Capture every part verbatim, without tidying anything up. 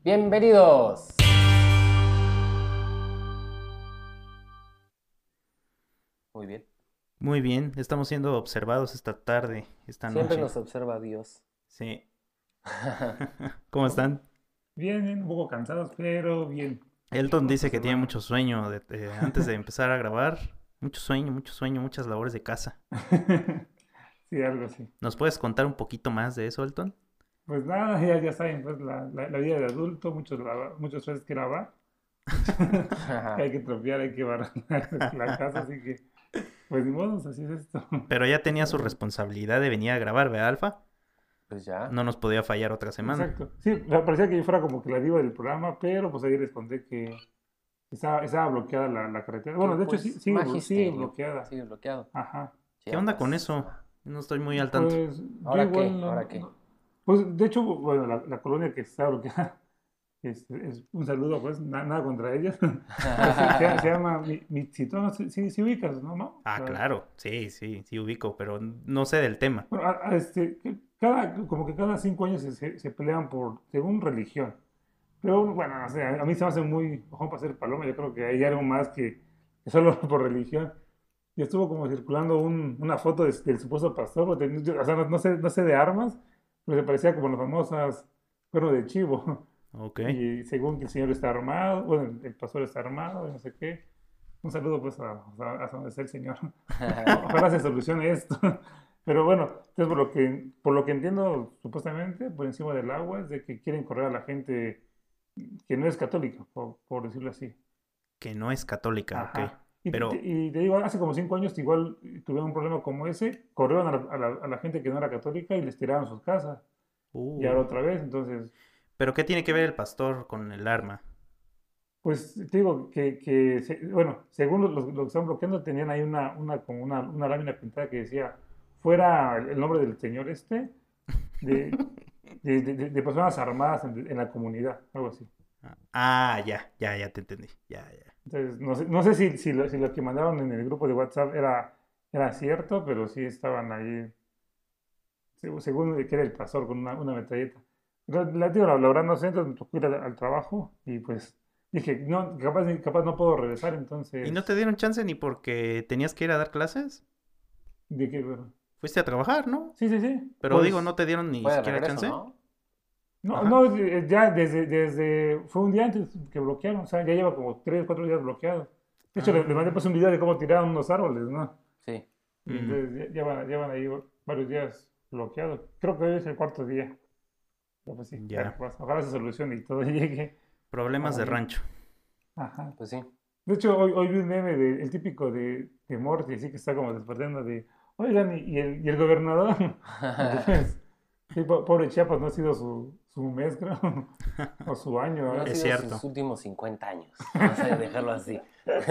Bienvenidos. Muy bien. Muy bien, estamos siendo observados esta tarde, esta Siempre noche. nos observa Dios. Sí. ¿Cómo están? Bien, bien, un poco cansados, pero bien. Elton Otra dice que tiene semana. mucho sueño de- de- antes de empezar a grabar. Mucho sueño, mucho sueño, muchas labores de casa. Sí, algo así. ¿Nos puedes contar un poquito más de eso, Elton? Pues nada, ya, ya saben, pues la, la, la vida de adulto, muchos, lava- muchas veces que lavar, que hay que tropear, hay que barrer la, la casa, así que, pues ni modo, así es esto. Pero ya tenía su Pero, responsabilidad de venir a grabar, ¿verdad, Alfa? Pues ya. No nos podía fallar otra semana. exacto. Sí, me parecía que yo fuera como que la diva del programa, pero pues ayer les conté que estaba, estaba bloqueada la, la carretera. Bueno, de hecho Pues, sí, sigue, blo- sigue magisterio. bloqueada. Sigue bloqueado. Ajá. ¿Qué onda con Chiapas. eso? No estoy muy al tanto. Pues yo ¿Ahora qué? igual no, ¿Ahora qué? no- pues de hecho, bueno, la, la colonia que está bloqueada, es, es un saludo, pues, na- nada contra ellos. Pero se, se- se llama Mi- Mitzito, no sé si ubicas, ¿no? ¿No? Ah, La- claro, sí, sí, sí ubico, pero no sé del tema. Bueno, a- a este, que cada, como que cada cinco años se, se- se pelean por, según religión. Pero bueno, o sea, a mí se me hace muy, ojo para ser paloma, yo creo que hay algo más que, que solo por religión. Y estuvo como circulando un- una foto de- del supuesto pastor, o de- o sea, no, no sé, no sé de armas, pero se parecía como las famosas cuernos de chivo. Ok. Y según que el señor está armado, bueno, el, el pastor está armado, y no sé qué. Un saludo pues a, a, a donde está el señor. Ojalá se solucione esto. Pero bueno, entonces por lo que, por lo que entiendo, supuestamente, por encima del agua, es de que quieren correr a la gente que no es católica, por, por decirlo así. Que no es católica, ok. Ajá. Y, te- Pero, y te digo, hace como cinco años igual tuvieron un problema como ese, corrieron a la, a la- a la gente que no era católica y les tiraron sus casas. Y ahora uh, otra vez, entonces, pero ¿qué tiene que ver el pastor con el arma? pues te digo que, que se- bueno, según los, los que están bloqueando, tenían ahí una, una, como una, una lámina pintada que decía, fuera el, el nombre del señor este, de, de, de- de- de personas armadas en, en la comunidad, algo así. Ah, ya, ya, ya te entendí. Ya, ya. Entonces, no sé, no sé si, si, lo, si lo que mandaron en el grupo de WhatsApp era, era cierto, pero sí estaban ahí, seg- según que era el pastor con una, una metralleta. La, la, digo, la, la verdad no sé, entonces me tocó ir al, al trabajo y pues dije, no, capaz, capaz no puedo regresar, ¿Y no entonces, te dieron chance ni porque tenías que ir a dar clases? ¿de qué? Bueno, Fuiste a trabajar, ¿no? sí, sí, sí, Pero digo, ¿no pues, te dieron ni Fue de siquiera regreso, chance? ¿no? no, Ajá. no, eh, ya desde, desde, fue un día antes que bloquearon, o sea, ya lleva como tres, cuatro días bloqueado. De hecho, le, le mandé Ah, pues un video de cómo tiraron unos árboles, ¿no? Sí. Y mm, entonces ya, ya van, ya van ahí varios días bloqueados. Creo que hoy es el cuarto día. Pero pues sí, ya, ya. pues, ojalá se solucione y todo llegue Problemas para de bien. rancho. Ajá. Pues sí. De hecho, hoy, hoy vi un meme de, el típico de, de Morty, así que está como despertando de, oigan, y, y el, y el gobernador, porque pues, sí, po- pobre Chiapas, no ha sido su, su mes, creo, o su año, No ahora han Es sí. sido cierto. sus últimos cincuenta años. Vamos a dejarlo así.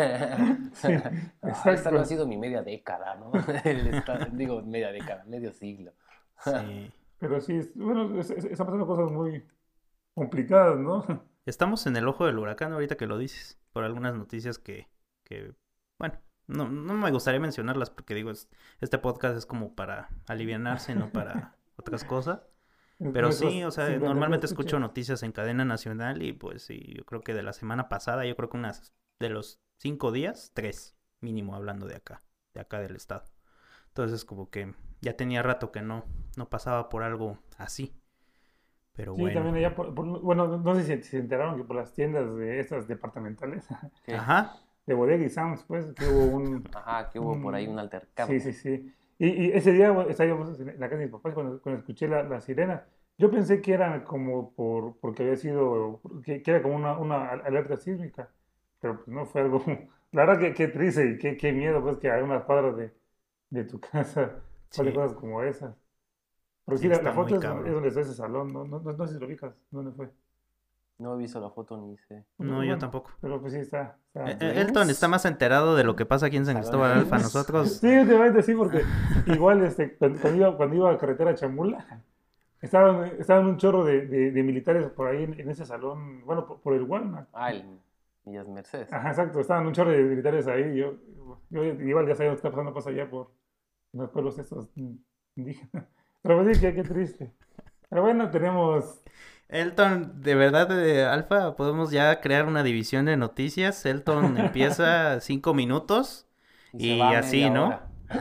Sí, Ah, esta no ha exacto. sido mi media década, ¿no? El esta- digo, media década, medio siglo. Sí. Pero sí, es- bueno, es- es- están pasando cosas muy complicadas, ¿no? Estamos en el ojo del huracán ahorita que lo dices, por algunas noticias que, que bueno, no, no me gustaría mencionarlas porque digo, es- este podcast es como para alivianarse, no para otras cosas. Pero sí, Nuestros o sea, cincuenta mil normalmente escucho escuchas. noticias en cadena nacional y pues sí, yo creo que de la semana pasada, yo creo que unas de los cinco días, tres mínimo hablando de acá, de acá del estado. Entonces como que ya tenía rato que no, no pasaba por algo así. Pero Sí, bueno. también allá, por, por- bueno, no no sé si se enteraron que por las tiendas de estas departamentales, ¿Qué? Ajá. de Bodega y Sam's, pues, que hubo un, Ajá, que hubo por ahí un un- altercado. sí, sí, sí. Y, y ese día bueno, estábamos en la casa de mis papás cuando, cuando escuché la, la sirena. Yo pensé que era como por, porque había sido, que, que era como una, una alerta sísmica, pero pues no fue algo, la verdad que qué triste y qué, qué miedo, pues, que a unas cuadras de, de tu casa pasen Sí, cosas como esas. Pero sí, sí, la, la está foto muy es, donde- es cabrón. donde está ese salón, no, no, no, no sé si lo ubicas, ¿dónde fue? No he visto la foto ni sé. No, yo Bueno, tampoco. pero pues sí está, Eh, está- eh, Elton está más enterado de lo que pasa aquí en San Salón Cristóbal Alfa. Lemus. Nosotros, Sí, últimamente sí, porque igual este, cuando, cuando iba, cuando iba a carretera Chamula, estaban, estaban un chorro de, de- de militares por ahí en, en ese salón, bueno, por, por el Walmart. Ah, el Villas Mercedes. Ajá, exacto, estaban un chorro de militares ahí. Yo, yo igual ya sabía lo que está pasando, pasa allá por los pueblos estos mm, indígenas. Pero pues sí, qué, qué triste. Pero bueno, tenemos Elton, de verdad, de Alfa, podemos ya crear una división de noticias. Elton empieza cinco minutos Y se y va así, media ¿no?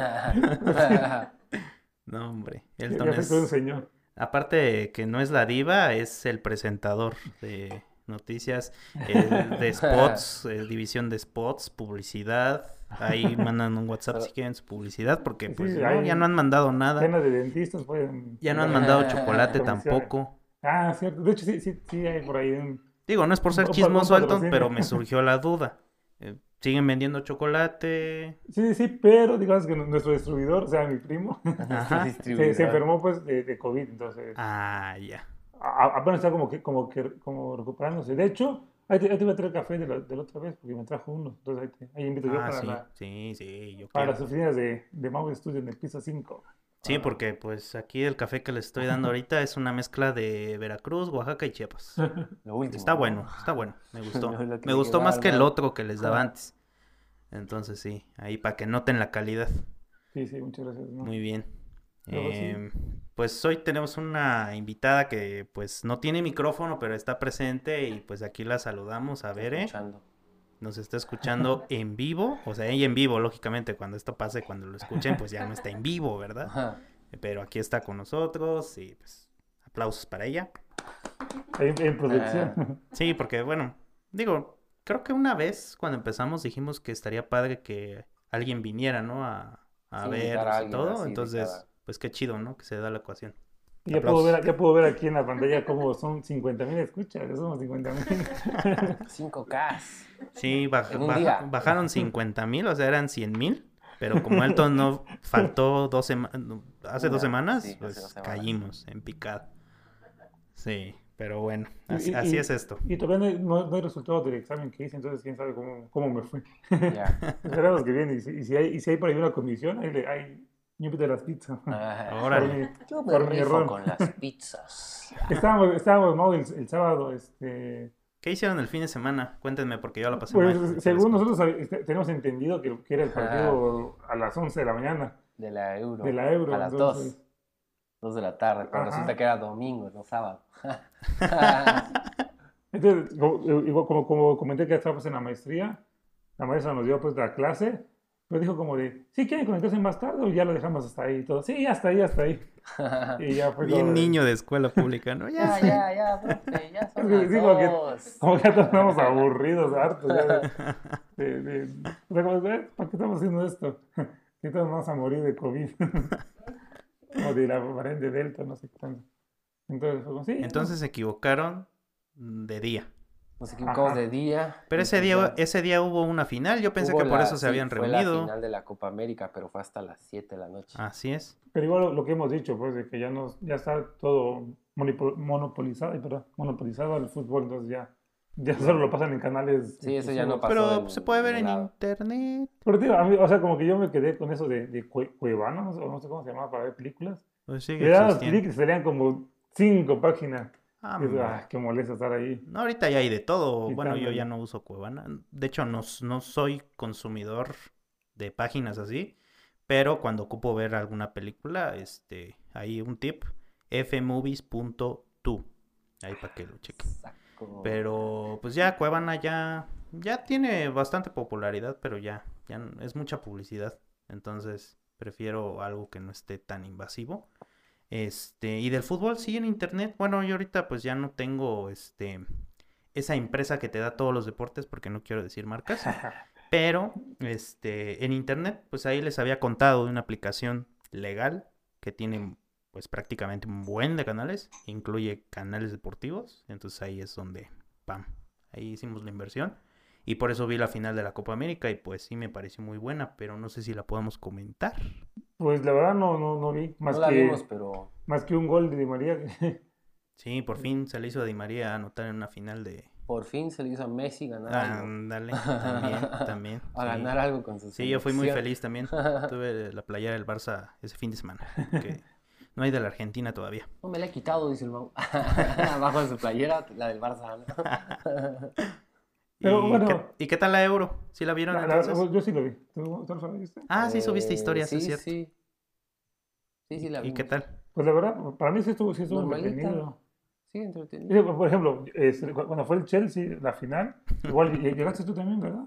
hora. No, hombre, Ya, Elton ya soy todo un es, señor. aparte de que no es la diva, es el presentador de noticias, eh, de spots, eh, división de spots, publicidad. Ahí mandan un WhatsApp si quieren su publicidad, porque Sí, pues sí, no, hay ya no han mandado nada. cenas de dentistas pueden... Ya no han mandado Ah, chocolate comisiones. tampoco. Ah, cierto. De hecho, sí, sí, sí hay por ahí un... Digo, no es por ser un- un chismoso, Elton, patrocinio. pero me surgió la duda. Eh, ¿siguen vendiendo chocolate? Sí, sí, pero digamos que nuestro distribuidor, o sea, mi primo, Ajá. se, Distribuidor. se enfermó pues de, de COVID, entonces Ah, ya. a- a- apenas está como que, como que como recuperándose. De hecho, ahí te, ahí te voy a traer café de la, de la otra vez porque me trajo uno. Entonces ahí, te- ahí invito yo Ah, para, sí, la- sí, sí, yo para quiero. las oficinas de, de Mau Studio en el piso cinco. Sí, porque pues aquí el café que les estoy dando ahorita es una mezcla de Veracruz, Oaxaca y Chiapas. Lo último, Está ¿no? bueno, está bueno, me gustó. No, lo que Me le gustó quedó más al que el Mau. otro que les daba Ah. antes. Entonces sí, ahí para que noten la calidad. Sí, sí, muchas gracias. ¿no? Muy bien. Luego sí. Em, pues hoy tenemos una invitada que pues no tiene micrófono, pero está presente y pues aquí la saludamos a ver, ¿eh? Escuchando. Nos está escuchando en vivo, o sea, ella en vivo, lógicamente, cuando esto pase, cuando lo escuchen, pues ya no está en vivo, ¿verdad? Ajá. Pero aquí está con nosotros y pues aplausos para ella. Ahí en, en producción. Sí, porque bueno, digo, creo que una vez cuando empezamos dijimos que estaría padre que alguien viniera, ¿no? A, a Sí, invitar a vernos y alguien todo, así de entonces, cada- pues qué chido, ¿no? Que se da la ecuación. Y ya puedo, ver, ya puedo ver aquí en la pantalla cómo son cincuenta mil escuchas. Ya somos cincuenta mil. cinco K. Sí, baj- En un baja- día. bajaron cincuenta mil, o sea, eran cien mil, pero como Elton no faltó dos sema- hace dos Ya, semanas, sí, hace pues dos semanas. caímos en picada. Sí, pero bueno, Y- así, y- así y- es esto. Y todavía no hay, no- no hay resultado del examen que hice, entonces quién sabe cómo, cómo me fue. Ya. Esperamos que bien. Y si, y si hay, y si hay por ahí una comisión, ahí, le, ahí yo invito a las pizzas. Ajá. Órale. Por mi- Yo me por mi rifo error. con las pizzas. Estábamos, estábamos Mau, el, el sábado, este, ¿Qué hicieron el fin de semana? Cuéntenme porque yo la pasé pues mal. ahorita según les cuento. nosotros hab- este, tenemos entendido que, que era el partido a las once de la mañana De la Euro. de la Euro. A las entonces, dos. Dos de la tarde. Pero Ajá. resulta que era domingo, no sábado. entonces como, igual como, como comenté que estábamos en la maestría, la maestra nos dio pues la clase, pero dijo como de, ¿sí quieren conectarse más tarde o ya lo dejamos hasta ahí y todo? Sí, hasta ahí, hasta ahí. Y ya fue Bien como de- niño de escuela pública, ¿no? Ya, Ya, ya, ya, profe, ya son Sí, las sí, como que- dos. Como que ya todos estamos aburridos, hartos. Ya de, de, de- o sea, como, "Eh, ¿para qué estamos haciendo esto? Que todos vamos a morir de COVID. O de la variante Delta, no sé qué tanto. Entonces, fue como, sí. Entonces se equivocaron de día. Nos equivocamos Ajá. de día. Pero y ese pues día, ya. ese día hubo una final. Yo pensé Hubo que por la- eso se sí, habían fue reunido. la final de la Copa América, pero fue hasta las siete de la noche. Así es. Pero igual lo, lo que hemos dicho, pues, de que ya, nos, ya está todo monipo- monopolizado, ay, perdón, monopolizado el fútbol, entonces ya, ya solo lo pasan en canales. Sí, eso ya no exclusivos. pasó Pero en se puede ver en ningún lado. internet. Pero tío, a mí, o sea, como que yo me quedé con eso de, de Cue- Cuevana, no sé, o no sé cómo se llamaba para ver películas. Pues sigue Le dabas existiendo. clic y salían como cinco páginas. Ah, Y dices, hombre. ah, qué molesta estar ahí. No, ahorita ya hay de todo. Bueno, yo Quitándole. ya no uso Cuevana. De hecho, no, s- no soy consumidor de páginas así. Pero cuando ocupo ver alguna película, este, hay un tip, f movies punto to. Ahí para que lo chequen. Saco. Pero pues ya Cuevana ya, ya tiene bastante popularidad, pero ya, ya n- es mucha publicidad. Entonces prefiero algo que no esté tan invasivo. Este, y del fútbol sí en internet. Bueno, yo ahorita pues ya no tengo este esa empresa que te da todos los deportes porque no quiero decir marcas. Pero este en internet pues ahí les había contado de una aplicación legal que tiene pues prácticamente un buen de canales, incluye canales deportivos, entonces ahí es donde pam, ahí hicimos la inversión y por eso vi la final de la Copa América y pues sí me pareció muy buena, pero no sé si la podemos comentar. Pues la verdad no, no, no vi, más, No la que, vimos, pero más que un gol de Di María. Sí, por fin se le hizo a Di María anotar en una final de... por fin se le hizo a Messi ganar algo. Ándale, también, también. A sí. ganar algo con su Sí, yo fui muy selección. feliz también. Tuve la playera del Barça ese fin de semana, que no hay de la Argentina todavía. No me la he quitado, dice el Mau. Abajo de su playera, la del Barça. ¿no? Pero ¿Y, bueno. qué, ¿y qué tal la Euro? ¿Sí la vieron La- la- entonces? yo sí lo vi. ¿Tú, tú lo viste? Ah, sí, subiste Eh, historias, sí, es cierto. Sí, sí, sí, la ¿Y qué vimos. tal? Pues la verdad, para mí sí estuvo, sí estuvo Normalita. entretenido. Sí, Y, entretenido. por ejemplo, este, cu- cuando fue el Chelsea, la final, igual ll- llegaste tú también, ¿verdad?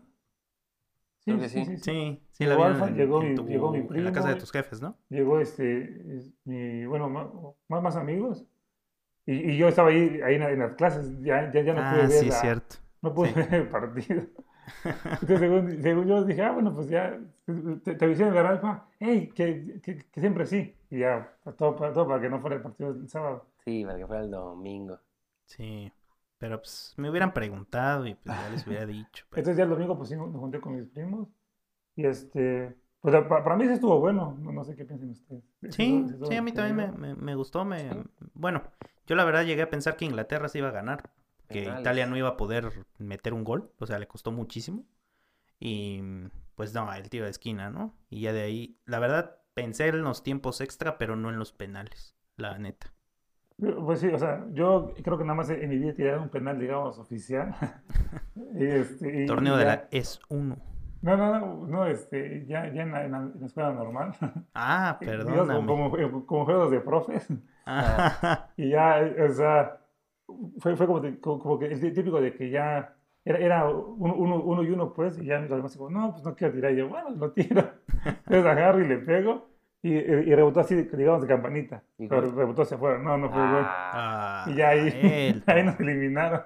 Creo Sí, que sí, sí. sí, sí. Sí, sí la Llegó vi Alfa, en, llegó en mi, llegó mi tu, en la casa primo, de tus jefes, ¿no? llegó este, es- mi, bueno, ma- más, más amigos. Y, y yo estaba ahí, ahí en, la- en las clases, ya, ya, ya no pude Ah, ver sí, la, cierto. no pude Sí. ver el partido. Entonces, según, según yo dije, ah, bueno, pues ya, te, te avisé de la Alfa, hey, que, que, que siempre sí. Y ya, pues, todo, para- todo para que no fuera el partido del sábado. Sí, para que fuera el domingo. Sí. Pero pues me hubieran preguntado y pues ya les hubiera dicho, pero... Entonces ya el domingo pues sí me me junté con mis primos. Y este, pues a- pa- para mí sí estuvo bueno, no, no sé qué piensan ustedes. Sí, sí estuvo- sí Sí, sí, estuvo a mí también me, divertido. me, me gustó, me... Sí, Bueno, yo la verdad llegué a pensar que Inglaterra se iba a ganar, que Italia penales. no iba a poder meter un gol, o sea, le costó muchísimo. Y pues no, el tiro de esquina, ¿no? Y ya de ahí, la verdad, pensé en los tiempos extra, pero no en los penales, la neta. Pues sí, o sea, yo creo que nada más en mi vida he tirado un penal, digamos, oficial. Y, este, y, Torneo y de la ya, es uno. no, no, no, no, este, ya, ya en la, en la- en la escuela normal, Ah, digamos, como, perdóname. como, como juegos de profes. Ah, Ah, Y ya, eh, o sea, fue, fue como, de- como, como que el típico de que ya era, era uno, uno, uno y uno, pues, y ya los demás, como, no, pues no quiero tirar. Y yo, bueno, lo tiro. Entonces agarro y le pego, y, y rebotó así, digamos, de campanita. ¿y Pero gol? rebotó hacia afuera. No, no fue gol. Ah, Y ya ah, ahí, ahí nos Elton. eliminaron.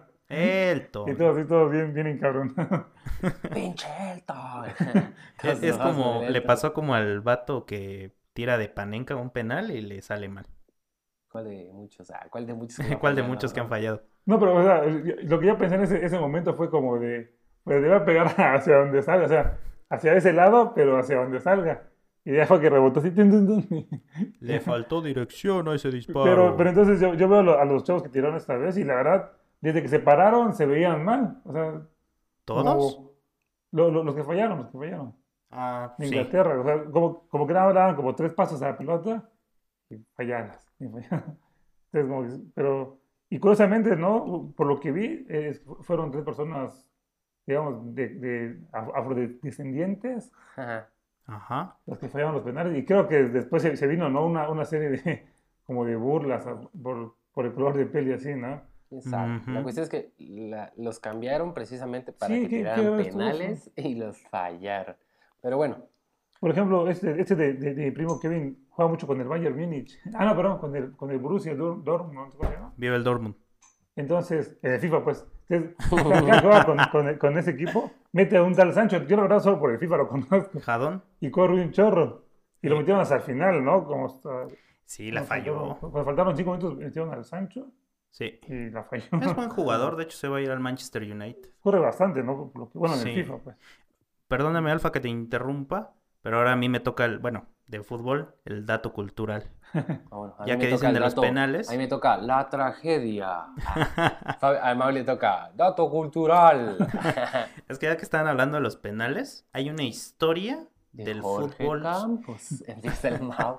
Y Elton. todos, así, todos bien, bien encabronados. pinche Elton. Es, Todos es enojados con como, el le Elton. pasó como al vato que tira de panenca un penal y le sale mal. ¿Cuál de muchos? Ah, ¿cuál de muchos que no ha ¿Cuál de fallado, muchos que han no? fallado? No, pero, o sea, yo- lo que yo pensé en ese, ese momento fue como de, pues debe pegar hacia donde salga, o sea, hacia ese lado, pero hacia donde salga. Y ya fue que rebotó así, tun, tun, tun. Le faltó dirección a ese Pero, pero disparo. entonces yo, yo veo lo- a los chavos que tiraron esta vez y la verdad, desde que se pararon se veían mal. O sea, ¿Todos? como lo- lo- los que fallaron, los que fallaron. Ah, De sí. Inglaterra, o sea, como, como que nada más daban como tres pasos a la pelota y falladas. Y falladas. Entonces, como que- pero, y curiosamente, ¿no? Por lo que vi, es- fueron tres personas, digamos, de, de af- afrodescendientes Ajá. Ajá. los que fallaron los penales. Y creo que después se, se vino, ¿no? Una, una serie de, como de burlas a- por, por el color de piel y así, ¿no? ¿Quién sabe? La Ujú. cuestión es que la- los cambiaron precisamente para Sí, que qué, qué tiraran raro estuvo eso. penales y los fallaron. Pero bueno, Por ejemplo, este, este de, de- de mi primo Kevin juega mucho con el Bayern Múnich. Ah, no, perdón, con el, con el Borussia Dor- Dortmund, ¿no? ¿Cómo se llama? Viva el Dortmund. Entonces, eh, FIFA, pues. Entonces, cada cada que juega con, con, el- con ese equipo, mete a un tal Sancho. Yo la verdad solo por el FIFA lo conozco. Jadón. Y corre un chorro. Y lo Sí. metieron hasta el final, ¿no? Como hasta, Sí, la cuando faltaron, falló. cuando faltaron cinco minutos, metieron al Sancho Sí. y la falló. Es buen jugador, de hecho se va a ir al Manchester United. Corre bastante, ¿no? Por lo que- bueno, en el Sí. FIFA, pues. Perdóname, Alfa, que te interrumpa, pero ahora a mí me toca el, bueno, de fútbol, el dato cultural. ah, bueno, a Ya mí que me dicen toca el de los dato- penales. A mí me toca la tragedia. Ah, Fabi- a Mauro le toca dato cultural. Es que ya que estaban hablando de los penales, hay una historia De del Jorge fútbol. Campos, dice el Mau.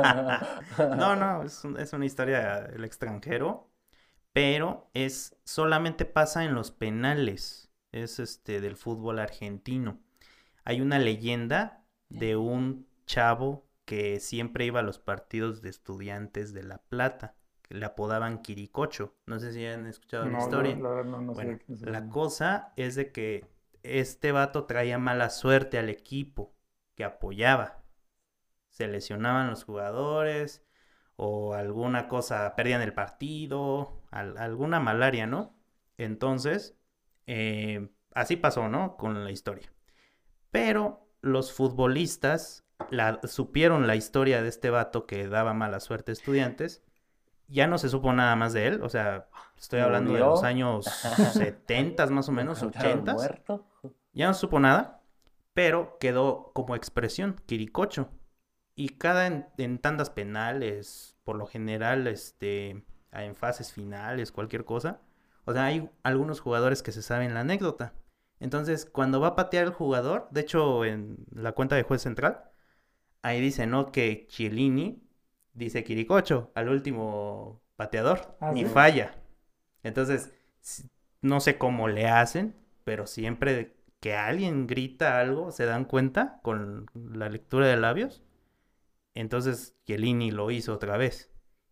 No, no, es, un- es una historia del extranjero, pero es solamente pasa en los penales. Es este del fútbol argentino. Hay una leyenda de un chavo que siempre iba a los partidos de Estudiantes de La Plata, que le apodaban Quiricocho. No sé si han escuchado la No, historia. la, la verdad no, no sé Bueno, quién es la el- cosa es de que este vato traía mala suerte al equipo que apoyaba. Se lesionaban los jugadores o alguna cosa, perdían el partido, al- alguna malaria, ¿no? Entonces, eh, así pasó, ¿no? Con la historia. Pero los futbolistas la, supieron la historia de este vato que daba mala suerte a Estudiantes. Ya no se supo nada más de él, o sea, estoy hablando de ¿Murió? los años setenta más o ¿Lo menos, encontraron ochenta. muerto? Ya no se supo nada, pero quedó como expresión, Quiricocho. Y cada en, en tandas penales, por lo general, este, en fases finales, cualquier cosa. O sea, hay algunos jugadores que se saben la anécdota. Entonces, cuando va a patear el jugador, de hecho, en la cuenta de juez central, ahí dice, ¿no? Que Chiellini dice Quiricocho al último pateador Ah, y sí. falla. Entonces, s- no sé cómo le hacen, pero siempre que alguien grita algo, se dan cuenta con la lectura de labios. Entonces, Chiellini lo hizo otra vez.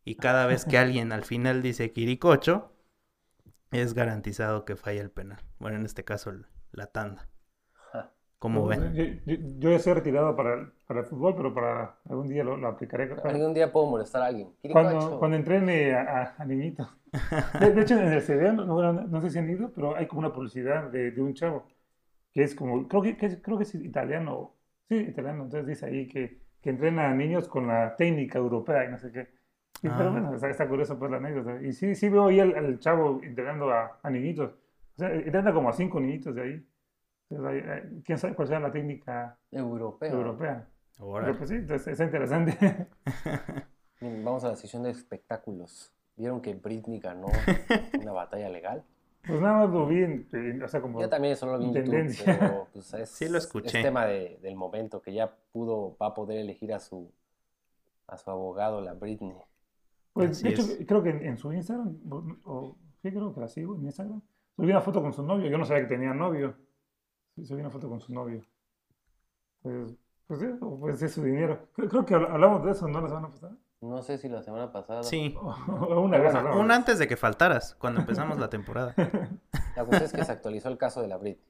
Y cada vez que alguien al final dice Quiricocho, es garantizado que falla el penal. Bueno, en este caso el- la tanda. Ja. ¿Cómo Yo, ven? yo, yo- yo ya estoy retirado para el, para el fútbol, pero para algún día lo, lo aplicaré. Algún día puedo molestar a alguien. Cuando, Quiricocho. cuando entrene a, a, a niñitos. De, de hecho, en el C D, no, no, no sé si han ido, pero hay como una publicidad de, de un chavo que es como, creo que, que es, creo que es italiano, sí, italiano, entonces dice ahí que, que entrena a niños con la técnica europea y no sé qué. Y, pero Ah. bueno, está, está curioso pues la anécdota. Y sí, sí veo ahí al, al chavo entrenando a, a niñitos. O sea, entrena como a cinco niñitos de ahí. Entonces, ahí, ahí, quién sabe cuál sea la técnica Europeo. europea. Órale. Pero pues sí, entonces, es interesante. Bien, vamos a la sección de espectáculos. ¿Vieron que Britney ganó una batalla legal? Pues nada más lo vi en, en- o sea, como Yo también solo lo vi en YouTube, tendencia. pero pues es, Sí, lo escuché. es tema de- del momento, que ya pudo, va a poder elegir a su, a su abogado, la Britney. Pues Así de hecho, es. creo que en, en su Instagram, o, o- sí, creo que la sigo en Instagram, subí una foto con su novio. Yo no sabía que tenía novio. Sí, subí una foto con su novio. Pues, pues, sí, pues es su dinero. Creo, creo que habl- hablamos de eso, ¿no? La semana pasada. No sé si la semana pasada. Sí, O, o una Pero vez bueno, hablamos. un antes de que faltaras, cuando empezamos la temporada. La cuestión es que se actualizó el caso de la Britney.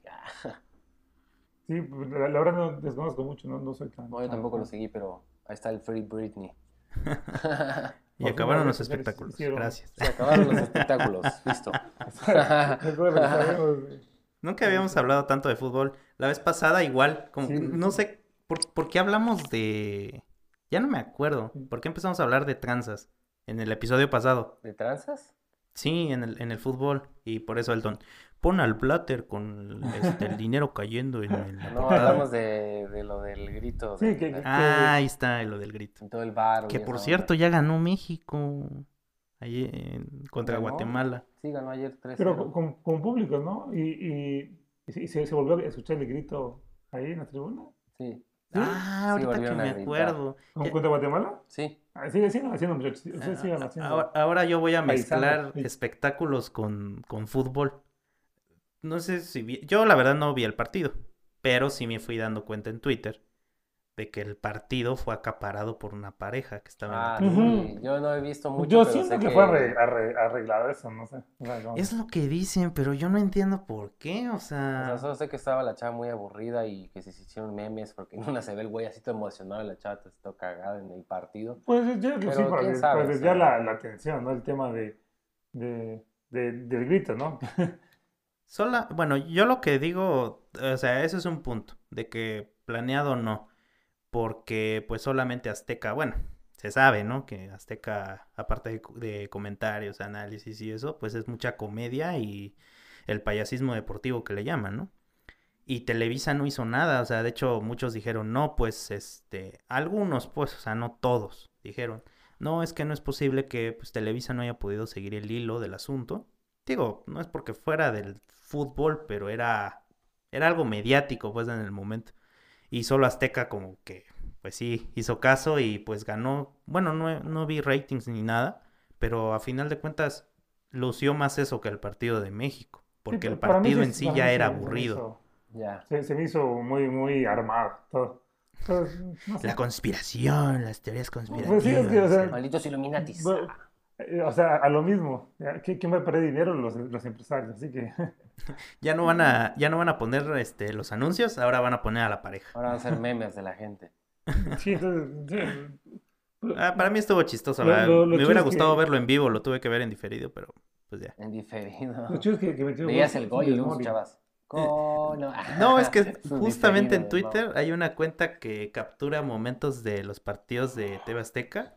Sí, pues, la, la verdad no desconozco mucho, no, no soy tan. No, yo tan tampoco lo fan. seguí, pero ahí está el Free Britney. Y Por acabaron fin, los a ver, espectáculos. hicieron- Gracias. Se acabaron los espectáculos. Listo. Es todo lo que sabemos de- Nunca habíamos hablado tanto de fútbol. La vez pasada igual, como, Sí. no sé, ¿por, por qué hablamos de...? Ya no me acuerdo. ¿Por qué empezamos a hablar de tranzas en el episodio pasado? ¿De tranzas? Sí, en el, en el fútbol. Y por eso Elton, pon al Blatter con este, el dinero cayendo en el... No, hablamos de, de lo del grito. Sí, de- que- de- Ah, ahí está lo del grito. en todo el bar. Que por cierto ya ganó México. Ahí en- contra ¿Ganó? Guatemala. Sí, ganó ayer tres Pero cero. con, con público, ¿no? Y, y, y se, y se- se volvió a escuchar el grito ahí en la tribuna. Sí, Ah, Sí, ahorita que volvieron a me gritar. acuerdo. ¿Con Ya- contra Guatemala? sí. Ah, sigue sigan haciendo, muchachos. Ustedes sigan haciendo. Ahora, ahora yo voy a Paisano. mezclar Sí. espectáculos con, con fútbol. No sé si vi... Yo la verdad no vi el partido, pero sí me fui dando cuenta en Twitter de que el partido fue acaparado por una pareja que estaba Ah, en la tribuna. sí. Yo no he visto mucho, Yo pero siento sé que, que fue arre- arre- arreglado eso, no sé. O sea, como- Es lo que dicen, pero yo no entiendo por qué, o O sea... sea, solo sé que estaba la chava muy aburrida y que se hicieron memes porque en una se ve el güey así todo emocionado y la chava está todo cagada en el partido. Pues yo creo que Pero sí, para, quién des- sabe, para o desviar sea. la, la atención, ¿no? El tema de, de, de- del grito, ¿no? Sola, bueno, yo lo que digo, o sea, eso es un punto, de que planeado no, porque pues solamente Azteca, bueno, se sabe, ¿no? Que Azteca, aparte de, co- de comentarios, análisis y eso, pues es mucha comedia y el payasismo deportivo que le llaman, ¿no? Y Televisa no hizo nada, o sea, de hecho muchos dijeron, no, pues, este, algunos, pues, o sea, no todos, dijeron, no, es que no es posible que, pues, Televisa no haya podido seguir el hilo del asunto. Digo, no es porque fuera del fútbol, pero era, era algo mediático, pues, en el momento. Y solo Azteca como que, pues sí, hizo caso y pues ganó. Bueno, no, no vi ratings ni nada, pero a final de cuentas lució más eso que el partido de México, porque Sí, el para mí partido sí- en sí para ya mí era se- se me aburrido. hizo- Ya. Se, se me hizo muy, muy armado todo. Entonces, no sé. La conspiración, las teorías Pues sí, conspirativas. es que, o sea, Malditos Illuminatis. bueno, eh, o sea, a lo mismo. Ya, ¿qui- ¿Quién va a perder dinero? Los, los empresarios. Así que, Ya no van a, ya no van a poner este los anuncios, ahora van a poner a la pareja. Ahora van a ser memes de la gente. sí, entonces, sí. Ah, para mí estuvo chistoso, Lo- la- lo- lo me chido hubiera es que- gustado verlo en vivo, lo tuve que ver en diferido, pero pues ya. En diferido. Lo chido es que, que metió Veías gol el gol y luego Funes Mori. chavas. Cono. No, es que Sus justamente en diferidos, Twitter ¿no? hay una cuenta que captura momentos de los partidos de T V Azteca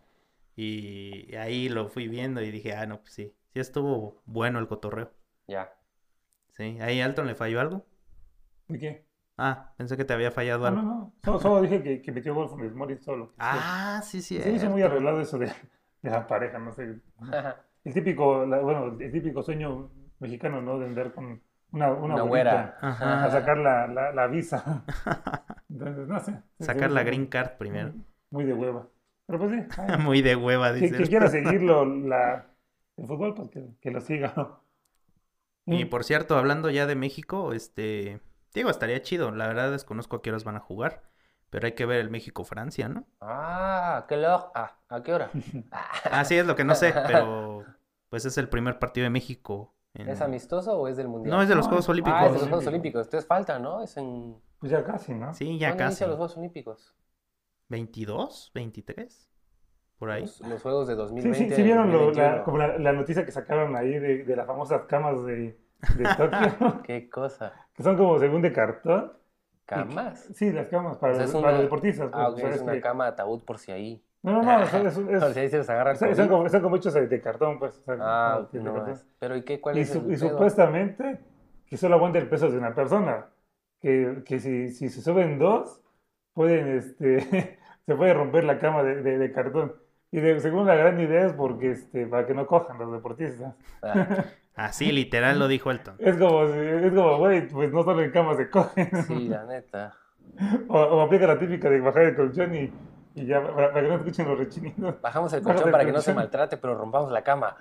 y ahí lo fui viendo y dije, ah, no, pues sí, sí estuvo bueno el cotorreo. Ya. Sí, ahí Alton le falló algo. ¿De qué? Ah, pensé que te había fallado Ah, no, algo. no. Solo, solo dije que, que metió gol Funes Mori solo. Ah, sí, sí. Se me hizo muy arreglado eso de, de la pareja, no sé. El típico, la- bueno, el típico sueño mexicano, ¿no? De andar con una, una, Una güerita güera. Ajá. a sacar la, la, la visa. Entonces, no sé. se- se Sacar me la hizo green muy- card primero. Muy de hueva. Pero pues sí. ay, Muy de hueva, que, dice. que quiera seguirlo la, el fútbol, pues que, que lo siga. Y Mm. por cierto, hablando ya de México, este, digo, estaría chido. La verdad desconozco a qué horas van a jugar, Pero hay que ver el México-Francia, ¿no? Ah, qué loco. Ah, ¿a qué hora? Ah, sí, es lo que no sé, pero pues es el primer partido de México. En... ¿Es amistoso o es del Mundial? No, es de los No, Juegos es- Olímpicos. Ah, es de los Olímpicos. Juegos Olímpicos. Entonces falta, ¿no? Es en... Pues ya casi, ¿no? Sí, ya ¿Cuándo casi. inician los Juegos Olímpicos? ¿veintidós? ¿veintitrés? Por ahí. Los, los Juegos de Sí, sí, dos mil veinte, sí vieron lo- la, 2021. como la, la noticia que sacaron ahí de, de las famosas camas de, de Tokio, Qué cosa. que son como según de cartón. ¿Camas? Sí, las camas para, O sea, los, es para los una... deportistas. Ah, Pues, ok, o sea, es es una que- cama de ataúd por si ahí. No, no, no, es, es, es- Por si ahí se les agarra el son, son COVID. como, son como hechos de, de cartón, pues. o sea, Ah, como que de no, cartón. es- pero ¿y qué? ¿Cuál Y, es su- el y pedo? supuestamente que solo aguanta el peso de una persona. Que, que si, si se suben dos, pueden, este, se puede romper la cama de, de- de cartón. Y de- según la gran idea es porque, este, para que no cojan los deportistas. Ah, Así, literal lo dijo Elton. Es como, si- es como, güey, pues no solo en cama se cogen. sí, la neta. O, o aplica la típica de bajar el colchón y, y ya, para, para que no escuchen los rechinidos. Bajamos el Bajas colchón el para que no se colchón. maltrate, pero rompamos la cama.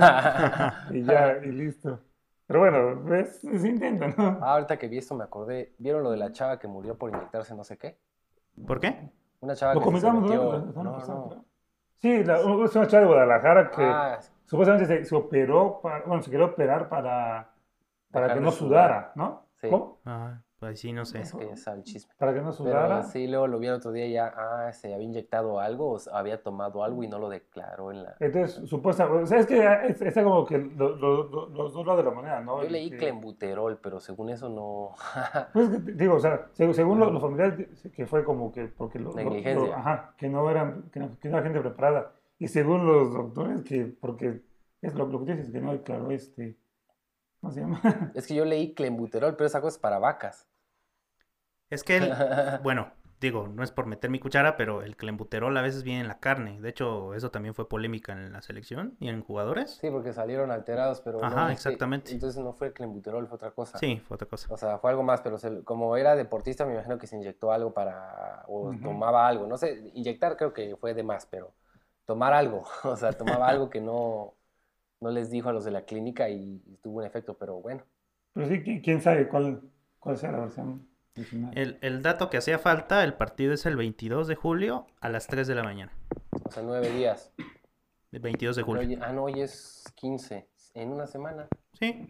Y ya, y listo. Pero bueno, ¿ves? Se intenta, ¿no? Ah, ahorita que vi esto me acordé. ¿Vieron lo de la chava que murió por inyectarse no sé qué? ¿Por qué? Una chava Lo que se comentamos, ¿no? sometió... La semana No, pasada, no. creo. Sí, la, es una chava de Guadalajara que Ah, supuestamente se, se operó, para, bueno, se quería operar para, para Dejar que de no sudar. sudara, ¿no? Sí. ¿Cómo? Ah, pues sí, no sé. es que ya sabe el chisme. Para que no sudara. Pero sí, luego lo vi el otro día y ya, ah, se había inyectado algo o se había tomado algo y no lo declaró en la... Entonces, supuestamente, o sea, es que es- está como que lo- lo- lo- los dos lados de la moneda, ¿no? Yo leí Que- clenbuterol, pero según eso no... Pues que te- digo, o sea, seg- según los, los familiares, que fue como que, porque lo, lo- Negligencia. lo- ajá, que no eran, que no, que no era gente preparada. Y según los doctores, que, porque es lo, lo que dices, que no declaró este, ¿cómo se llama? Es que yo leí clenbuterol, pero esa cosa es para vacas. Es que, el- bueno, digo, no es por meter mi cuchara, pero el clenbuterol a veces viene en la carne. De hecho, eso también fue polémica en la selección y en jugadores. Sí, porque salieron alterados, pero no, Ajá, es que- exactamente. entonces no fue el clenbuterol, fue otra cosa. Sí, fue otra cosa. O sea, fue algo más, pero se- como era deportista, me imagino que se inyectó algo para... o Ujú. tomaba algo, no sé, inyectar creo que fue de más, pero tomar algo, o sea, tomaba algo que no, no les dijo a los de la clínica y, y tuvo un efecto, pero bueno. Pero sí, qui- quién sabe cuál, cuál sea la versión original. El, el dato que hacía falta, el partido es el veintidós de julio a las tres de la mañana. O sea, nueve días. El veintidós de Pero julio. hoy- ah, no, hoy es quince. En una semana. Sí.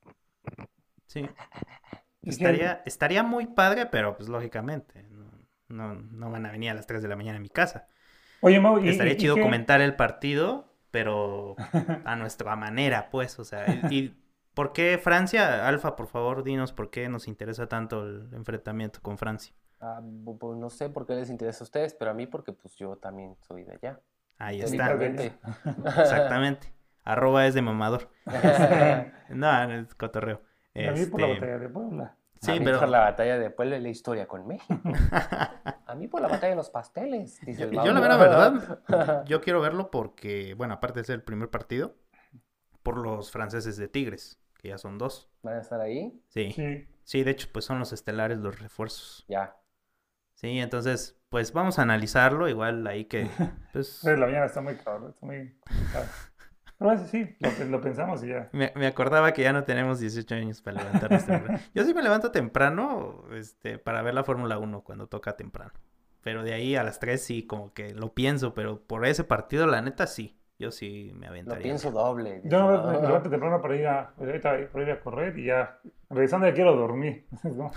Sí. Es que- Estaría, estaría muy padre, pero pues lógicamente, no, no, no van a venir a las tres de la mañana a mi casa. Oye, Mau, y, Estaría y- y chido qué- comentar el partido, pero a nuestra manera, pues, o sea, y, y ¿por qué Francia? Alfa, por favor, dinos por qué nos interesa tanto el enfrentamiento con Francia. Ah, bu- pues no sé por qué les interesa a ustedes, pero a mí porque pues yo también soy de allá. Ahí De mi está, carrete. exactamente. Arroba es de mamador. No, no es cotorreo. A mí por la Este, batalla de Puebla. Sí, a mí pero por la batalla de Puebla y la historia con México. A mí por la batalla de los pasteles, dice yo, el yo Mau. la mera verdad, yo quiero verlo porque, bueno, aparte de ser el primer partido, por los franceses de Tigres, que ya son dos. ¿Van a estar ahí? Sí, sí, Sí. de hecho, pues son los estelares, los refuerzos. Ya. Sí, entonces, pues vamos a analizarlo, igual ahí que, pues, Pero la mañana está muy cabrón, está muy complicado. Pero bueno, sí, lo, lo pensamos y ya. me, me acordaba que ya no tenemos dieciocho años para levantarnos temprano. Yo sí me levanto temprano, este, para ver la Fórmula uno cuando toca temprano. Pero de ahí a las tres sí, como que lo pienso, pero por ese partido, la neta, sí. Yo sí me Lo aventaría. pienso doble. dice, Yo "No". me, me levanto temprano para ir a, ahorita para ir a correr y ya, regresando ya quiero dormir. ¿No?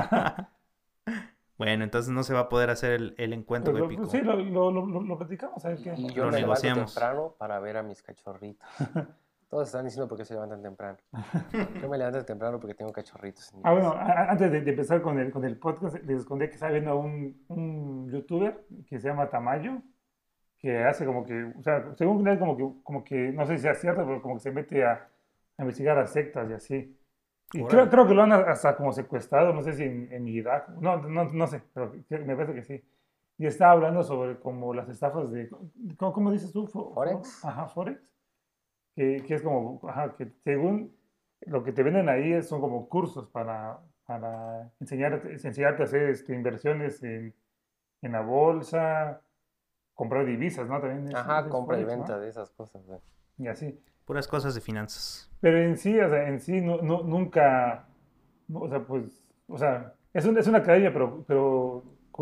Bueno, entonces no se va a poder hacer el, el encuentro Pero, épico. pues, sí, lo, lo, lo, lo- lo platicamos, a ver qué. Y yo Lo me levanto negociamos. temprano para ver a mis cachorritos. Todos están diciendo por qué se levantan temprano. Yo me levanto temprano porque tengo cachorritos. en mi Ah, bueno, casa. a- a- antes de, de empezar con el, con el podcast, les conté que estaba viendo a un, un youtuber que se llama Tamayo, que hace como que, o sea, según él, como que, como que, no sé si sea cierto, pero como que se mete a, a investigar a sectas y así. Y Órale. creo, creo que lo han hasta como secuestrado, no sé si en, en Irak, no, no, no sé, pero que- me parece que sí. Y estaba hablando sobre como las estafas de, ¿cómo, cómo dices tú? Fo- Forex. Ajá, Forex. Que, que es como, ajá, que según lo que te venden ahí es- son como cursos para, para enseñarte, enseñarte a hacer este, inversiones en, en la bolsa, comprar divisas, ¿no? También es- Ajá, es compra y Forex, ¿no? venta de esas cosas. güey. Y así. Puras cosas de finanzas. Pero en sí, o sea, en sí no, no- nunca, no, o sea, pues, o sea, es, un- es una academia, pero, pero cu-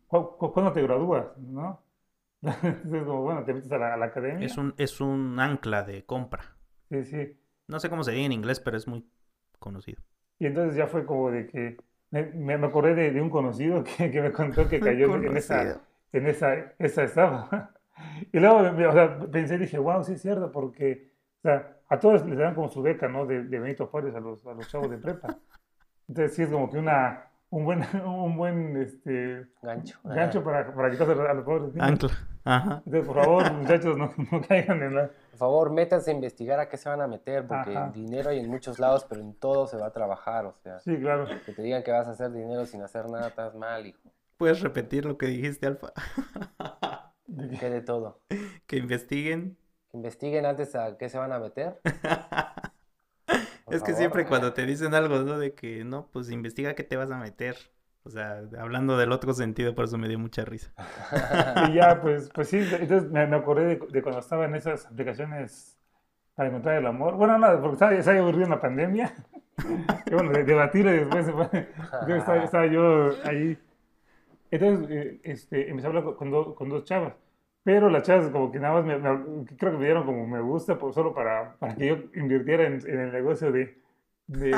¿cu- cu- ¿cuándo te gradúas? ¿No? Entonces, como, bueno, te metes a la, a la academia. Es un, es un ancla de compra. Sí, sí. No sé cómo se dice en inglés, pero es muy conocido. Y entonces ya fue como de que me, me me acordé de, de un conocido que, que me contó que cayó en, en esa, Conocido. en esa, esa estafa. Y luego me- o sea, pensé, dije, wow, sí es cierto, porque o sea, a todos les dan como su beca, ¿no? De, de Benito Juárez a los, a los chavos de prepa. Entonces sí es como que una, un buen, un buen este, Gancho. gancho para, para quitarse a los pobres niños. Ancla. Ajá. Entonces, por favor, muchachos, no, no caigan en la... Por favor, métanse a investigar a qué se van a meter, porque Ajá. dinero hay en muchos lados, pero en todo se va a trabajar, o sea, Sí, claro. que te digan que vas a hacer dinero sin hacer nada, estás mal, hijo. ¿Puedes repetir lo que dijiste, Alfa? De que- Que de todo. Que investiguen. Que investiguen antes a qué se van a meter. Por Es que favor. siempre cuando te dicen algo, ¿no? De que no, pues investiga qué te vas a meter. O sea, hablando del otro sentido, por eso me dio mucha risa. Y ya, pues, pues sí, entonces me, me acordé de, de cuando estaba en esas aplicaciones para encontrar el amor. Bueno, no, porque estaba, estaba aburrido en la pandemia. Y bueno, de, debatir y después se fue. Entonces estaba, estaba yo ahí. Entonces, eh, este, empecé a hablar con, con do- con dos chavas. Pero las chavas como que nada más me, me- creo que me dieron como me gusta, pues, solo para, para que yo invirtiera en, en el negocio de, de,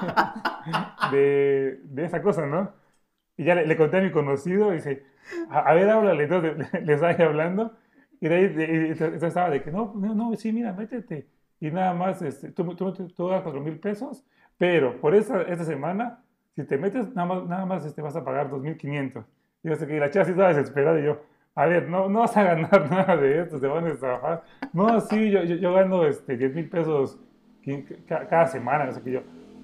de, de esa cosa, ¿no? Y ya le, le conté a mi conocido y dice, a, a ver, háblale. Entonces le, le estaba ahí hablando. Y de ahí de- y entonces estaba de que, no, no, no, sí, mira, métete. Y nada más, este, tú, tú, tú, tú das cuatro mil pesos, pero por esta, esta semana, si te metes, nada más, nada más este, vas a pagar dos mil quinientos. Y yo sé que la chica sí estaba desesperada y yo, a ver, no, no vas a ganar nada de esto, te van a estafar. No, sí, yo, yo, yo gano este, diez mil pesos qui- ca- cada semana, no sé qué yo.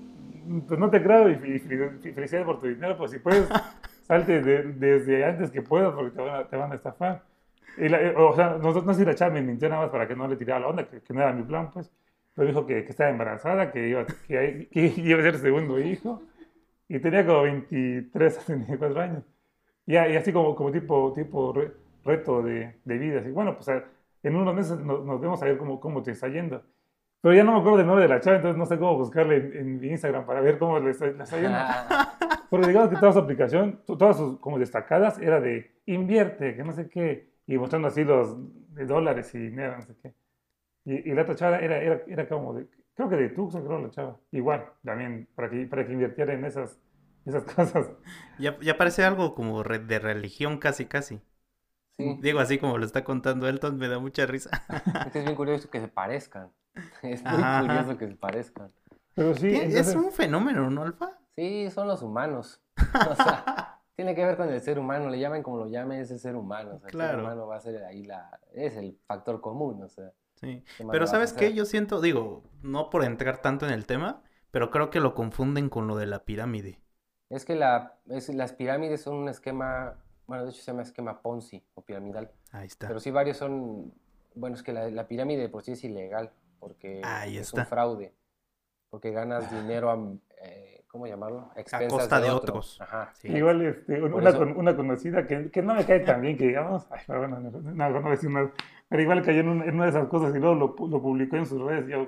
Pues no te creo y, y fel- felicidades por tu dinero, pues si puedes, salte de- desde antes que puedas porque te van a, te van a estafar. Y la- eh, o sea, no, no sé si la chava me mintió nada más para que no le tirara la onda, que, que no era mi plan, pues. Pero dijo que, que estaba embarazada, que iba, que, que iba a ser segundo hijo y tenía como veintitrés, veinticuatro años. Y, a- y así como, como tipo, tipo re- reto de, de vida. Así, bueno, pues a- en unos meses nos, nos vemos a ver cómo, cómo te está yendo. Pero ya no me acuerdo del nombre de la chava, entonces no sé cómo buscarle en, en mi Instagram para ver cómo le está, le está yendo. Pero digamos que toda su aplicación, to- todas sus como destacadas, era de invierte, que no sé qué, y mostrando así los de dólares y dinero, no sé qué. Y, y la otra chava era, era, era como de, creo que de Tucson, creo la chava. Igual, también, para que, para que invirtiera en esas, esas cosas. Ya, ya parece algo como re- de religión casi, casi. Sí, Digo, así como lo está contando Elton, me da mucha risa. es que es bien curioso que se parezcan. Es muy Ajá, ajá. curioso que se parezcan. Pero sí, Tie- entonces, Es un fenómeno, ¿no, Alfa? Sí, son los humanos. O sea, tiene que ver con el ser humano, le llamen como lo llamen, es el ser humano. O sea, el ser Claro. humano va a ser ahí la, es el factor común, o sea. Sí. ¿Qué más Pero le vas a ¿sabes qué? hacer? Yo siento, digo, no por entrar tanto en el tema, pero creo que lo confunden con lo de la pirámide. Es que la, es, las pirámides son un esquema, bueno, de hecho se llama esquema Ponzi o piramidal, Ahí está. pero sí varios son, bueno, es que la, la pirámide de por sí es ilegal, porque Ahí es está. un fraude, porque ganas dinero a, eh, ¿cómo llamarlo? A expensas costa de otro. otros. Ajá. Sí. igual este, un- Por una, eso- con- una conocida que, que no me cae tan bien, que digamos, ay, pero bueno, no, no, no voy a decir nada, pero igual cayó en, un- en una de esas cosas y luego lo, pu- lo publicó en sus redes. Y yo,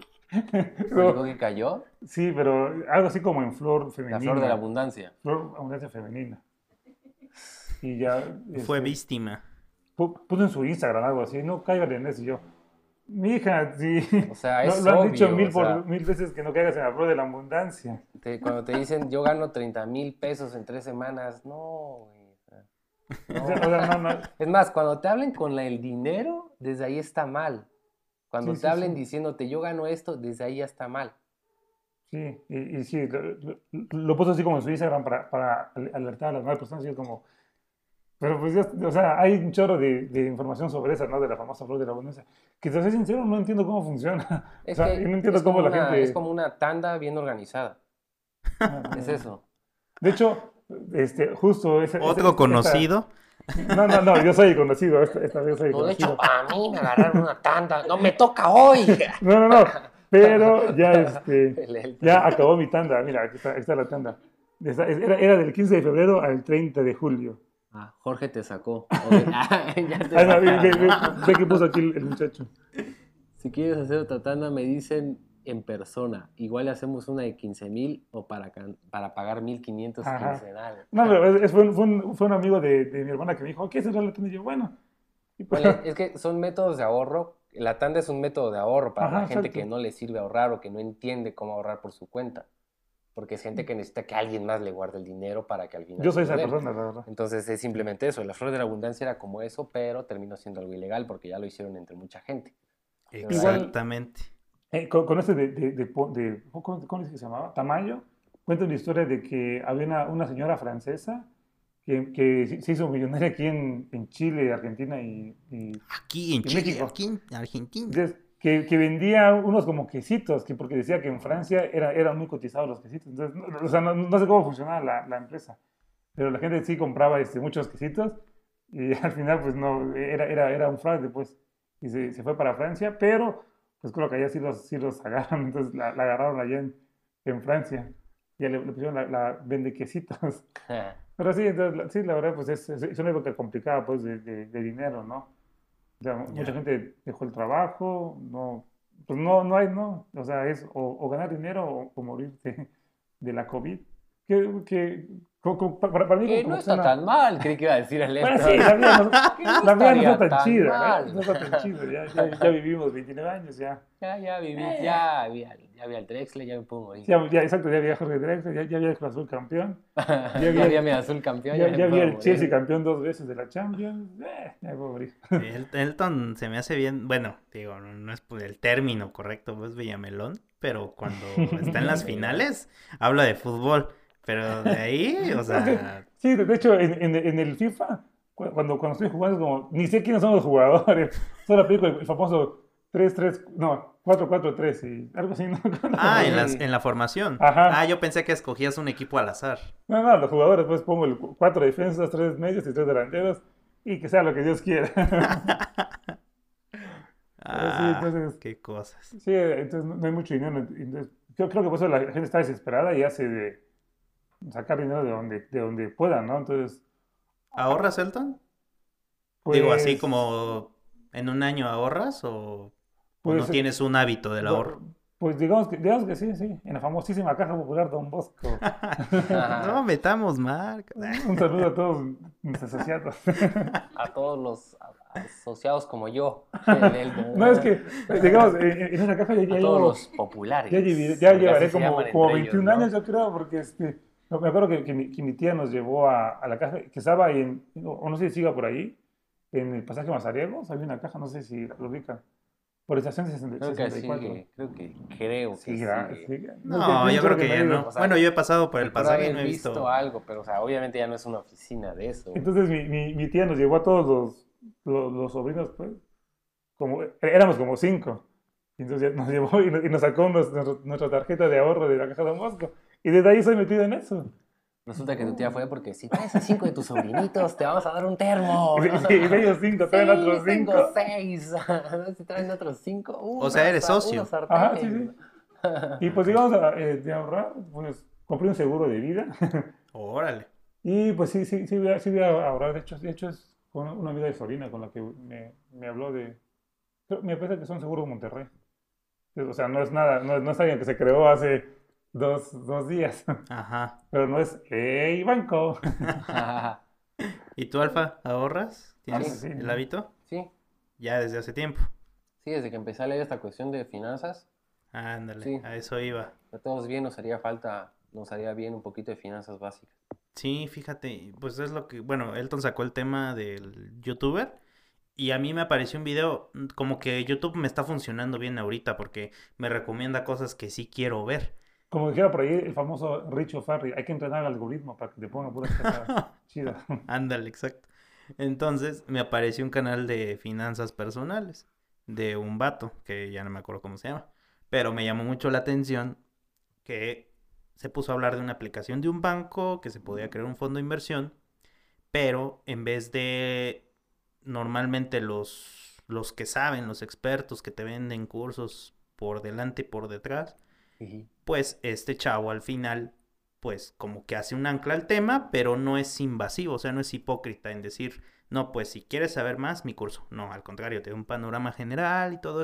¿Publicó que cayó? sí, pero algo así como en flor La femenina. flor de la abundancia. Flor abundancia femenina. Y ya. Fue este, víctima. pu- puso en su Instagram algo así, no caigan en eso. Y yo, mi hija, sí. O sea, lo, es lo han dicho obvio, mil, o por, sea. mil veces que no caigas en la flor de la abundancia. Te- cuando te dicen, yo gano treinta mil pesos en tres semanas, no, güey. O sea, O sea, o sea, no, no. es más, cuando te hablen con la- el dinero, desde ahí está mal. Cuando Sí, te sí, hablen sí. diciéndote, yo gano esto, desde ahí ya está mal. Sí, y, y sí, lo, lo- lo puso así como en su Instagram para, para al- alertar a las nuevas personas y es como, pero pues ya, o sea, hay un chorro de, de información sobre esa, ¿no? De la famosa flor de la abundancia, que te soy sincero, no entiendo cómo funciona. O Es sea, que y no entiendo es cómo como la una- gente... es como una tanda bien organizada. Ajá. Es eso. De hecho, este, justo ese, ese- Otro esta- conocido. No, no, no, yo soy conocido, esta, esta vez soy No, de hecho, conocido. para mí me agarraron una tanda. No, me toca hoy. No, no, no, pero ya, este, El- el- ya acabó mi tanda, mira, aquí está, aquí está la tanda. Esta- Era, era del quince de febrero al treinta de julio. Ah, Jorge te sacó. Ok. Ah, ya te Ah, no, ve, sacaron. ve- ve- ve que puso aquí el, el muchacho. Si quieres hacer otra tanda, me dicen en persona. Igual le hacemos una de quince mil o para, can- para pagar mil quinientos Ajá. quincenal. No, pero es- es- fue, un, fue, un, fue un amigo de, de mi hermana que me dijo, ¿qué es el tanda? Y yo, bueno. Y pues, Ponle, es que son métodos de ahorro. La tanda es un método de ahorro para Ajá, la gente exacto. que no le sirve ahorrar o que no entiende cómo ahorrar por su cuenta. Porque es gente que necesita que alguien más le guarde el dinero para que al final yo soy se esa lo den. persona, la verdad. Entonces es simplemente eso. La flor de la abundancia era como eso, pero terminó siendo algo ilegal porque ya lo hicieron entre mucha gente. Igual- Exactamente. Eh, con, con este de, de, de, po- de- ¿cómo, cómo es que se llamaba? Tamayo, cuenta una historia de que había una, una señora francesa que, que se se hizo millonaria aquí en, en Chile, Argentina y, y- Aquí en ¿Y Chile, México? aquí en Argentina. entonces, que, que vendía unos como quesitos, que porque decía que en Francia era, eran muy cotizados los quesitos. Entonces, no, o sea, no, no sé cómo funcionaba la, la empresa, pero la gente sí compraba este, muchos quesitos y al final pues no, era, era, era un fraude pues, y se, se fue para Francia, pero pues creo que allá sí los, sí los agarran, entonces la, la agarraron allá en, en Francia, y ya le, le pusieron la, la vende quesitos. Pero sí, entonces, la- sí, la verdad pues es, es, es una época complicada pues de, de, de dinero, ¿no? O sea, mucha Ya. gente dejó el trabajo, no, pues no, no hay, no, o sea, es o, o ganar dinero o, o morir de, de la COVID. Que, que co- co- para, para mí Que como no que está suena- tan mal, creí que iba a decir el Bueno, esto. sí, la vida no, Que no la vida no estaría está tan tan chida, mal. ¿no? No está tan chida, ya, ya, ya vivimos veintinueve años, ya. Ya, ya viví, Eh. ya vi al, ya vi al Drexler, ya me puedo morir. Ya, ya, exacto, ya había Jorge Drexler, ya, ya había el Cruz Azul campeón, Ya, vi- vi a mi azul campeón, ya, ya, ya me vi puedo el Chelsea morir. campeón dos veces de la Champions, eh, ya me puedo morir. El- Elton se me hace bien, bueno, digo, no, no es por el término correcto, pues Villamelón, pero cuando está en las finales habla de fútbol, pero de ahí, o sea, Sí, de de hecho, en, en, en el FIFA, cu- cuando, cuando estoy jugando, es como, ni sé quiénes son los jugadores, solo aplico el, el famoso tres tres, no, cuatro cuatro tres, y algo así, ¿no? ah, en las, en la formación. Ajá. Ah, yo pensé que escogías un equipo al azar. No, no, los jugadores, pues pongo el cu- cuatro defensas, tres medios y tres delanteros, y que sea lo que Dios quiera. Ah, entonces- qué cosas. Sí, entonces no no hay mucho dinero. Entonces, yo creo que por eso la gente está desesperada y hace de sacar dinero de donde, de donde pueda, ¿no? Entonces, ¿Ahorras, Elton? pues... Digo, así como en un año ahorras o, o Pues, no tienes un hábito del bu- ahorro. Pues digamos que, digamos que sí, sí, en la famosísima Caja Popular Don Bosco. No metamos marcas. Un saludo a todos mis asociados. A todos los a- asociados como yo. del- del- No, es que, digamos, en, en esa caja ya, ya a todos llevo, los populares. ya, llevi- ya porque llevaré así se como, llaman como entre veintiún ellos, ¿no? años, yo creo, porque este, no, me acuerdo que, que mi, que mi tía nos llevó a, a la caja, que estaba ahí en, o no sé si siga por ahí, en el pasaje Mazariegos, había una caja, no sé si lo ubican, por estación sesenta Creo que sesenta y cuatro. sigue, creo que, creo que Sí, gra- sigue. sigue. No, yo creo que ya me he ido. no. O sea, Bueno, yo he pasado por el Recuerdo pasaje y haber no he visto visto. algo, pero o sea, obviamente ya no es una oficina de eso. Entonces mi, mi, mi tía nos llevó a todos los, los, los sobrinos, pues, como, éramos como cinco. Y entonces ya nos llevó y nos, y nos sacó nos- nos- nuestra tarjeta de ahorro de la Caja de Mosco. Y desde ahí soy metido en eso. Resulta que tu tía fue porque si traes a cinco de tus sobrinitos, te vamos a dar un termo. Y, y de ellos cinco, traen Sí, otros tengo cinco. seis. Si traen otros cinco. O sea, eres unos- socio. unos Ajá, sí, sartenes. sí. Y pues digamos, a- eh, de ahorrar, pues compré un seguro de vida. Órale. Y pues sí, sí, sí voy a, sí voy a ahorrar. De hecho, de hecho es con una amiga de Sorina con la que me, me habló de... creo- Me parece que son seguros Monterrey. O sea, no es nada, no, es- no es alguien que se creó hace dos, dos días. Ajá. Pero no es ¡Ey, banco! ¿Y tú, Alfa, ahorras? ¿Tienes Sí, sí. el hábito? Sí, Ya desde hace tiempo. sí, desde que empecé a leer esta cuestión de finanzas, Ándale, Sí. a eso iba. a todos bien nos haría falta, nos haría bien un poquito de finanzas básicas. Sí, fíjate, pues es lo que, bueno, Elton sacó el tema del youtuber y a mí me apareció un video, mm, como que YouTube me está funcionando bien ahorita porque me recomienda cosas que sí quiero ver. Como dijera por ahí el famoso Richo Farri, hay que entrenar el algoritmo para que te ponga puras cosas chidas. Ándale, exacto. Entonces me apareció un canal de finanzas personales de un vato, que ya no me acuerdo cómo se llama, pero me llamó mucho la atención que se puso a hablar de una aplicación de un banco, que se podía crear un fondo de inversión, pero en vez de normalmente los, los que saben, los expertos que te venden cursos por delante y por detrás, pues este chavo al final, pues como que hace un ancla al tema, pero no es invasivo, o sea, no es hipócrita en decir, no, pues si quieres saber más, mi curso. No, al contrario, te da un panorama general y todo eso.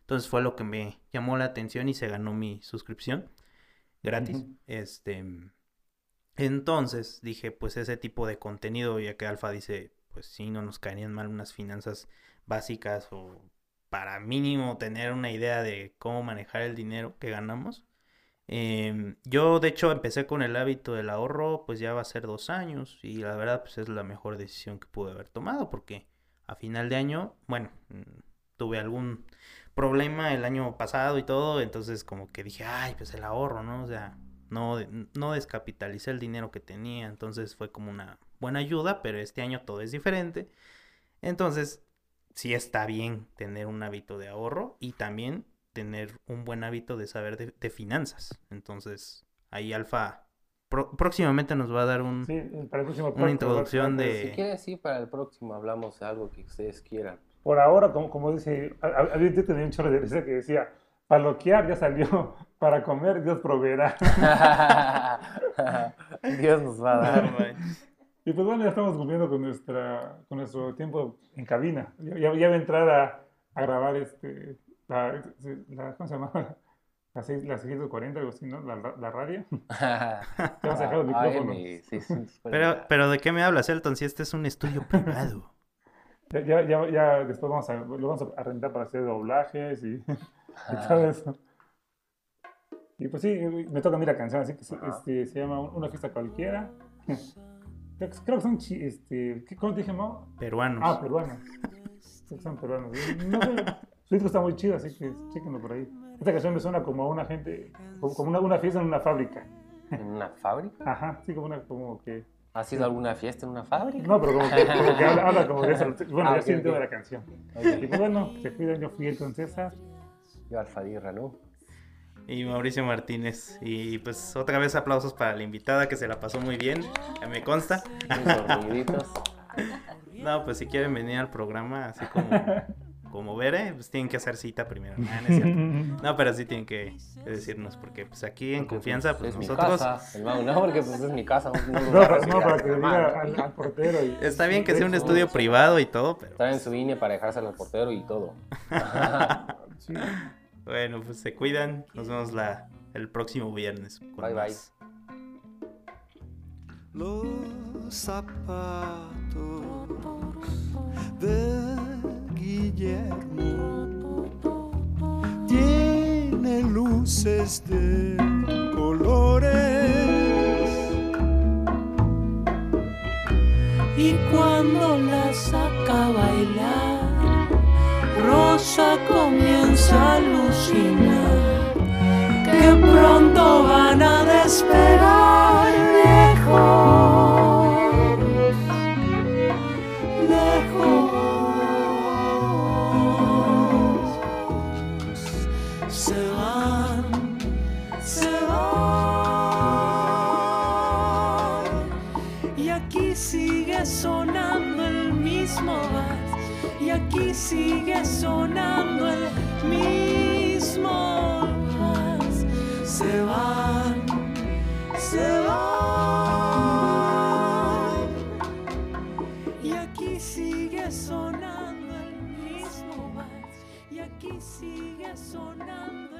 Entonces fue lo que me llamó la atención y se ganó mi suscripción gratis. Uh-huh. Este, entonces dije, pues ese tipo de contenido, ya que Alfa dice, pues sí, no nos caerían mal unas finanzas básicas o para mínimo tener una idea de cómo manejar el dinero que ganamos. Eh, yo de hecho empecé con el hábito del ahorro, pues ya va a ser dos años y la verdad pues es la mejor decisión que pude haber tomado porque a final de año, bueno, tuve algún problema el año pasado y todo, entonces como que dije, ay, pues el ahorro, ¿no? O sea, no, no descapitalicé el dinero que tenía, entonces fue como una buena ayuda, pero este año todo es diferente, entonces sí está bien tener un hábito de ahorro y también tener un buen hábito de saber de, de finanzas. Entonces, ahí Alfa pro, próximamente nos va a dar un, sí, para el próximo una introducción de... Si quieres, sí, para el próximo hablamos de algo que ustedes quieran. Por ahora, como, como dice, había tenido un chorro de risa que decía, para loquear ya salió, para comer Dios proveerá. Dios nos va a dar. Y pues bueno, ya estamos cumpliendo con, nuestra, con nuestro tiempo en cabina. Ya, ya, ya voy a entrar a, a grabar este... La, la, ¿cómo se llama? La, seis, la seiscientos cuarenta, algo así, ¿no? La, la, la radio. Ya vas a dejar los micrófonos. pero, pero ¿de qué me hablas, Elton? Si este es un estudio privado. Ya, ya, ya, ya después vamos a, lo vamos a rentar para hacer doblajes y, y todo eso. Y pues sí, me toca a mí la canción, así que este, se llama Una fiesta cualquiera. Creo, creo que son, este, ¿cómo te dije, Mau? Peruanos. Ah, peruanos. Creo que son peruanos. No sé. Su disco está muy chido, así que chéquenlo por ahí. Esta canción me suena como a una gente, como una, una fiesta en una fábrica. ¿En una fábrica? Ajá, sí, como una, como que... ¿Has ido a alguna fiesta en una fábrica? No, pero como que, como que habla, habla como de eso. Bueno, ah, ya siento okay, okay. de la canción. Okay. Y pues bueno, se cuidan, yo fui Elton César. Yo Alfa Dirra, ¿no? Y Mauricio Martínez. Y pues otra vez aplausos para la invitada que se la pasó muy bien, me consta. No, pues si quieren venir al programa, así como... como Bere, pues tienen que hacer cita primero. Ah, no, es cierto. No, pero sí tienen que decirnos, porque pues aquí en porque, confianza, pues, pues nosotros... Casa. El Mau, no, porque pues es mi casa. No, no, para, no para que le diga al, al portero. Y... Está bien que sea un estudio privado y todo, pero... Traen su I N E para dejárselo al portero y todo. Sí. Bueno, pues se cuidan. Nos vemos la, el próximo viernes. Bye, bye. Los zapatos de Guillermo tiene luces de colores y cuando la saca a bailar Rosa comienza a alucinar que pronto van a despegar lejos, lejos. Se van, se van y aquí sigue sonando el mismo vals y aquí sigue sonando el mismo vals. Se van, se van y aquí sigue sonando el mismo vals y aquí sigue sonando